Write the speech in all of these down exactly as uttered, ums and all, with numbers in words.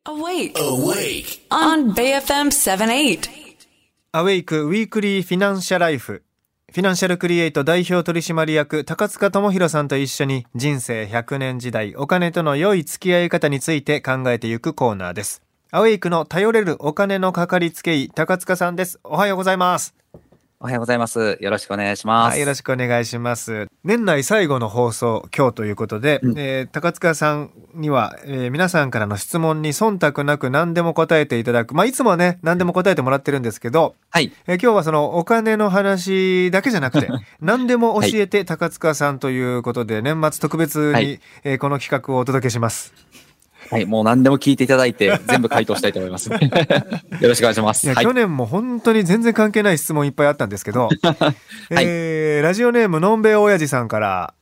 Awake. Awake. On ベイエフエム セブンティーエイト. アウェイクウィークリーフィナンシャライフ。フィナンシャルクリエイト代表取締役高塚智博さんと一緒に人生ひゃくねん時代お金との良い付き合い方について考えていくコーナーです。アウェイクの頼れるお金のかかりつけ医高塚さんです。おはようございます。 おはようございます。よろしくお願いします。 はい、よろしくお願いします。年内最後の放送今日ということで、うんえー、高塚さんには、えー、皆さんからの質問に忖度なく何でも答えていただく、まあ、いつもはね何でも答えてもらってるんですけど、 はいえー、今日はそのお金の話だけじゃなくて何でも教えて高塚さんということで、年末特別に、はいえー、この企画をお届けします。 はい、もう何でも聞いていただいて全部回答したいと思います。よろしくお願いします。 いや、 はい、 去年も本当に全然関係ない質問いっぱいあったんですけど、はいえー、ラジオネームのんべえおやじさんから、はい、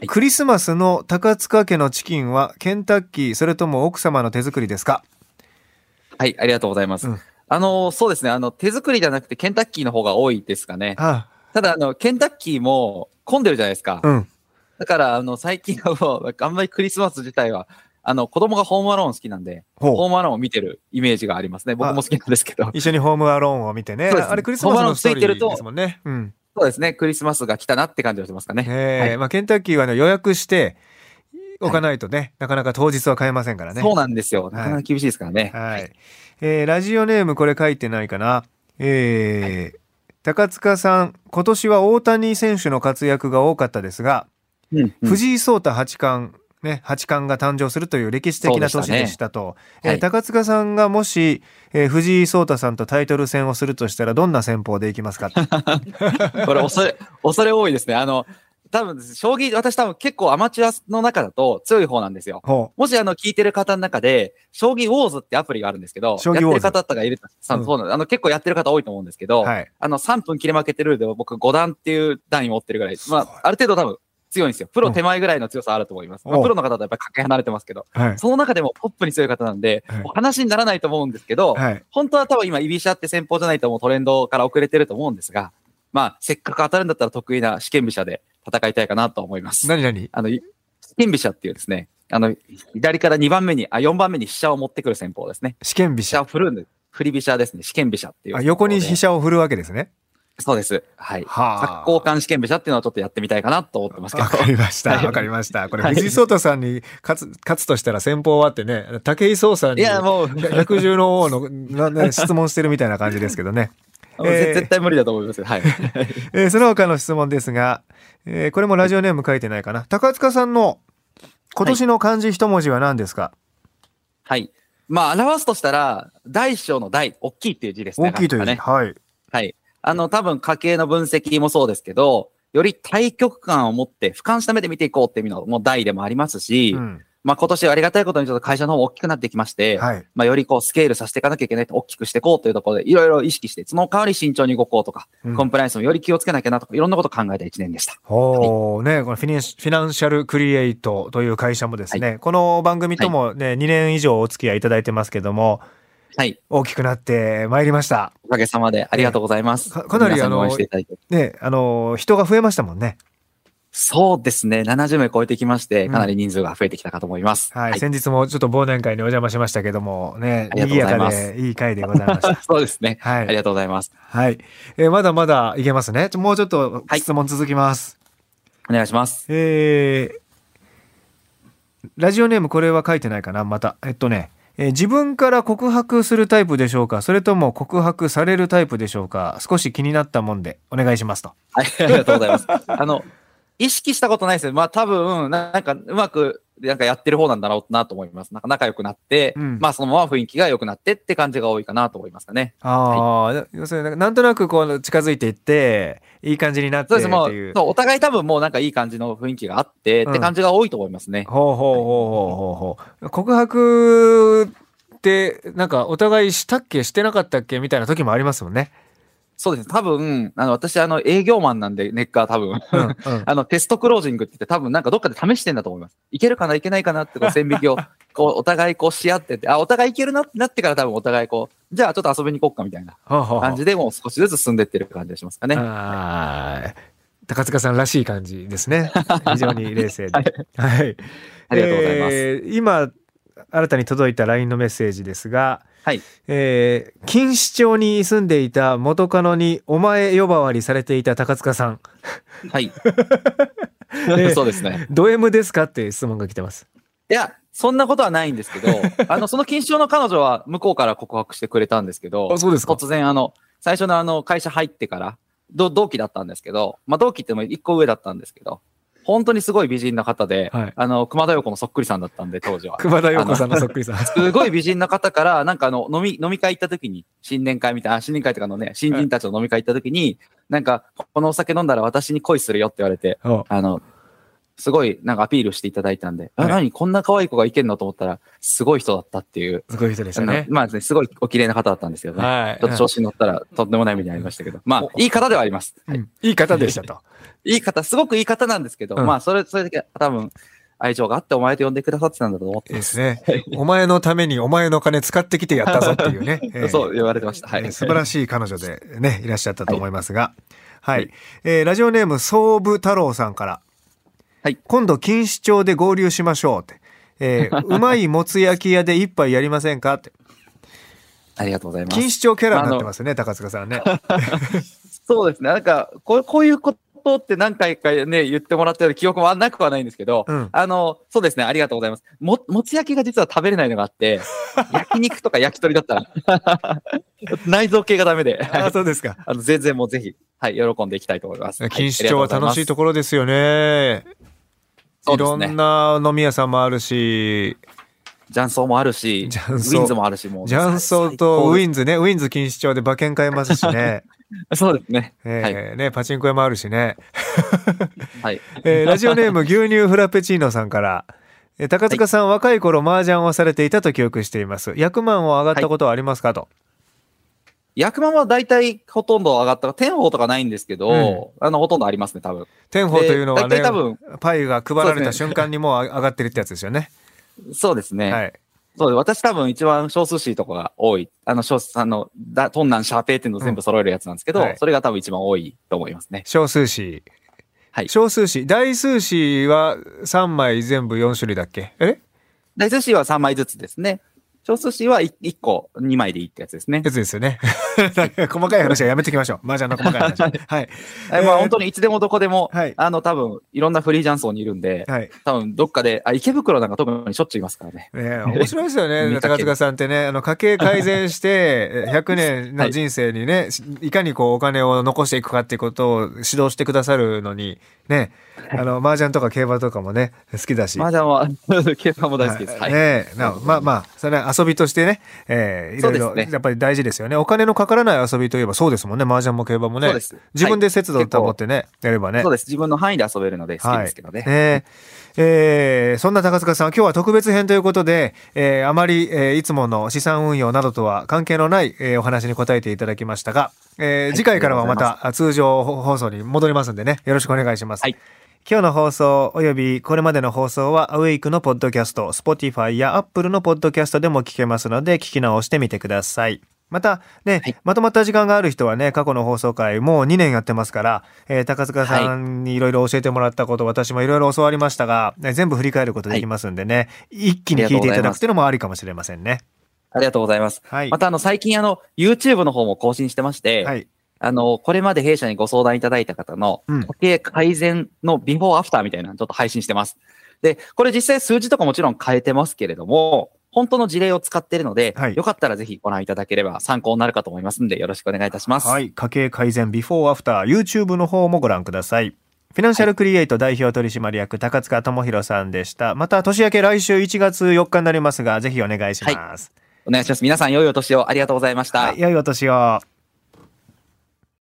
クリスマスの高塚家のチキンはケンタッキーそれとも奥様の手作りですか？ はい、ありがとうございます。うん、あのそうですね、あの手作りじゃなくてケンタッキーの方が多いですかね。ああただあのケンタッキーも混んでるじゃないですか。うん、だからあの最近はもうあんまりクリスマス自体はあの子供がホームアローン好きなんで、ホームアローンを見てるイメージがありますね。僕も好きなんですけど。 一緒にホームアローンを見てね。あれクリスマスのストーリーですもんね。うん。 そうですね。クリスマスが来たなって感じがしますかね。 えーはいまあ、ケンタッキーは、ね、予約しておかないとね、はい、なかなか当日は買えませんからね。 そうなんですよ。なかなか厳しいですからね。 はい。はいえー、ラジオネームこれ書いてないかな。えーはい、高塚さん、今年は大谷選手の活躍が多かったですが、うんうん、藤井聡太八冠ね、八冠が誕生するという歴史的な年でしたと、ねえーはい、高塚さんがもし、えー、藤井聡太さんとタイトル戦をするとしたらどんな戦法でいきますか？ これ恐れ恐れ多いですね。あの多分将棋私多分結構アマチュアの中だと強い方なんですよ。もしあの聞いてる方の中で将棋ウォーズってアプリがあるんですけど、やってる方とかいると、うん、そうなんあの結構やってる方多いと思うんですけど、はい、あのさんぷん切れ負けてるルールで僕ご段っていう段位持ってるぐらい、まあある程度多分強いんですよ。プロ手前ぐらいの強さあると思います。まあ、プロの方とやっぱりかけ離れてますけど、はい、その中でもトップに強い方なんで、はい、お話にならないと思うんですけど、はい、本当は多分今、居飛車って戦法じゃないともうトレンドから遅れてると思うんですが、まあ、せっかく当たるんだったら得意な四間飛車で戦いたいかなと思います。 何何あの、四間飛車っていうですね、あの、左からにばんめに、あ、よんばんめに飛車を持ってくる戦法ですね。 四間飛車。 飛車を振るんで、振り飛車ですね。四間飛車っていう。 あ、横に飛車を振るわけですね。 そうです。はい。角交換試験飛車っていうのをちょっとやってみたいかなと思ってますけど。 わかりました。わかりました。これ、藤井聡太さんに勝つ、勝つとしたら戦法はってね、武井壮さんに百獣の王の、ね、質問してるみたいな感じですけどね。 えー、絶対無理だと思います。はい。 えー、その他の質問ですが、えー、これもラジオネーム書いてないかな。高塚さんの今年の漢字一文字は何ですか？ はい。まあ、表すとしたら、大小の大、大きいっていう字ですね。 大きいという字。はい。 はい。あの、多分家計の分析もそうですけど、より対極感を持って俯瞰した目で見ていこうっていうのも大でもありますし、うん、まあ今年ありがたいことにちょっと会社の方も大きくなってきまして、はい、まあよりこうスケールさせていかなきゃいけないと大きくしていこうというところでいろいろ意識して、その代わり慎重に動こうとか、うん、コンプライアンスもより気をつけなきゃなとか、いろんなことを考えた一年でした。 おー、はい、ね、このフィナンシャルクリエイトという会社もですね、はい、この番組ともね、はい、にねん以上お付き合いいただいてますけども、はい。大きくなってまいりました。 おかげさまでありがとうございます。 か, かなりあの、ね、あの、人が増えましたもんね。 そうですね。ななじゅうめい超えてきまして、かなり人数が増えてきたかと思います。 うん、はい、はい。先日もちょっと忘年会にお邪魔しましたけども、ね、賑やかでいい会でございました。 そうですね。はい。ありがとうございます。 はい。えー、まだまだいけますね。もうちょっと質問続きます。 はい、お願いします。 えー、ラジオネームこれは書いてないかな、また。えっとね、えー、自分から告白するタイプでしょうか、それとも告白されるタイプでしょうか、少し気になったもんでお願いしますと。 はい、ありがとうございます。あの、意識したことないですよ。まあ多分、なんかうまくなんかやってる方なんだろうなと思います。なんか仲良くなって、うん、まあそのまま雰囲気が良くなってって感じが多いかなと思いますかね。 ああ、はい、要するになんとなくこう近づいていって、いい感じになってっていう。 そうです。もう、そう、お互い多分もうなんかいい感じの雰囲気があって、うん、って感じが多いと思いますね。 ほうほうほうほうほうほう。はい、告白ってなんかお互いしたっけしてなかったっけみたいな時もありますもんね。 そうですね。多分、あの、私、あの、営業マンなんで、根っから多分、うんうん、あの、テストクロージングって言って多分なんかどっかで試してんだと思います。いけるかないけないかなってこう線引きを、こう、お互いこうし合ってて、あ、お互いいけるなってなってから多分お互いこう、じゃあちょっと遊びに行こうかみたいな感じでもう少しずつ進んでってる感じがしますかね。 あ高塚さんらしい感じですね。非常に冷静で。はい。 はい、ありがとうございます。 えー、今、 新たに届いた ライン のメッセージですが、 はい、 えー、錦糸町に住んでいた元カノにお前呼ばわりされていた高塚さん。 はい。そうですね。 ド M ですかって質問が来てます。 いや、そんなことはないんですけど、あの、その錦糸町の彼女は向こうから告白してくれたんですけど、 あ、そうですか。 突然、あの、最初のあの、会社入ってから、ど同期だったんですけど、まあ、同期っても一個上だったんですけど、本当にすごい美人な方で、はい、あの、熊田曜子のそっくりさんだったんで、当時は。 熊田曜子さんのそっくりさん。 すごい美人な方から、なんかあの、飲み、飲み会行った時に、新年会みたいな、新年会とかのね、新人たちの飲み会行った時に、はい、なんか、このお酒飲んだら私に恋するよって言われて、あの、すごいなんかアピールしていただいたんで、はい、あ、何こんな可愛い子がいけんのと思ったら、すごい人だったっていう。 すごい人でしたね。 まあ、ね、すごいお綺麗な方だったんですけどね。はい、ちょっと調子に乗ったらとんでもない目にありましたけど。まあ、いい方ではあります。 はい、いい方でしたと。 いい方、すごくいい方なんですけど、うん、まあ、それ、それだけ多分、愛情があってお前と呼んでくださってたんだと思ってます。 ですね。お前のためにお前の金使ってきてやったぞっていうね。 えー、そう言われてました。はい。 素晴らしい彼女でね、いらっしゃったと思いますが。はい。はい、えー、ラジオネーム、総武太郎さんから。はい、今度錦糸町で合流しましょうって、えー、うまいもつ焼き屋で一杯やりませんかって。 ありがとうございます。 錦糸町キャラになってますね、高塚さんね。 そうですね。なんかこう、こういうことって何回かね言ってもらったような記憶もなくはないんですけど、うん、あのそうですね。ありがとうございます。ももつ焼きが実は食べれないのがあって、焼肉とか焼き鳥だったら内臓系がダメで。 あ、そうですか。 あの全然もうぜひはい喜んでいきたいと思います。 錦糸町は楽しいところですよね。いろんな飲み屋さんもあるし、 雀荘もあるし、ウィンズもあるし、もう雀荘とウィンズね、ウィンズ錦糸町で馬券買えますしね。 そうですね。 えーはい、ね、パチンコ屋もあるしね。 はい。 えー、ラジオネーム牛乳フラペチーノさんから、えー、高塚さん、はい、若い頃麻雀をされていたと記憶しています。役満を上がったことはありますかと。 役満は大体ほとんど上がった。天宝とかないんですけど、うん、あの、ほとんどありますね、多分。 天宝というのはね、多分パイが配られた瞬間にもう上がってるってやつですよね。 そうですね。 はい。 そうで、私多分一番少数詞とかが多い。あの、少数、あの、だトンナンシャーペーっていうのを全部揃えるやつなんですけど、うんはい、それが多分一番多いと思いますね。 少数詞。はい。少数詞。大数詞はさんまい全部よん種類だっけ？え？ 大数詞はさんまいずつですね。少数詞はいっこにまいでいいってやつですね。 やつですよね。細かい話はやめておきましょう。麻雀の細かい話。はい。 はいえー、まあ本当にいつでもどこでも、はい、あの多分いろんなフリー雀荘にいるんで、はい、多分どっかで、あ、池袋なんか特にしょっちゅういますからね。 ね面白いですよね。高塚さんってね、あの家計改善してひゃくねんの人生にね、はい、いかにこうお金を残していくかっていうことを指導してくださるのに、ね、あの麻雀とか競馬とかもね好きだし。 麻雀は競馬も大好きです。はい。 ね、なまあまあそれは遊びとしてね、えー、いろいろやっぱり大事ですよね。お金のかからない遊びといえばそうですもんね。麻雀も競馬もね。そうです。自分で節度を保ってね、はい、やればね。 そうです。自分の範囲で遊べるので好きですけどね。 はい、ねえー、そんな高塚さん、今日は特別編ということで、えー、あまり、えー、いつもの資産運用などとは関係のない、えー、お話に答えていただきましたが、えー、次回からはまた通常放送に戻りますんでね、よろしくお願いします。はい。今日の放送およびこれまでの放送はアウェイクのポッドキャスト、Spotify や Apple のポッドキャストでも聞けますので聞き直してみてください。またね、はい、まとまった時間がある人はね、過去の放送回もうにねんやってますから、えー、高塚さんにいろいろ教えてもらったこと、はい、私もいろいろ教わりましたが、ね、全部振り返ることできますんでね、はい、一気に聞いていただくっていうのもありかもしれませんね。 ありがとうございます。はい、またあの最近あの YouTube の方も更新してまして、はい、あの、これまで弊社にご相談いただいた方の家計改善のビフォーアフターみたいなのをちょっと配信してます。で、これ実際数字とかもちろん変えてますけれども、本当の事例を使っているので、はい、よかったらぜひご覧いただければ参考になるかと思いますので、よろしくお願いいたします。 はい。家計改善ビフォーアフター YouTube の方もご覧ください。フィナンシャルクリエイト代表取締役高塚智博さんでした。また年明け来週いちがつよっかになりますが、ぜひお願いします。はい、 お願いします。皆さん良いお年をありがとうございました。 はい、良いお年を。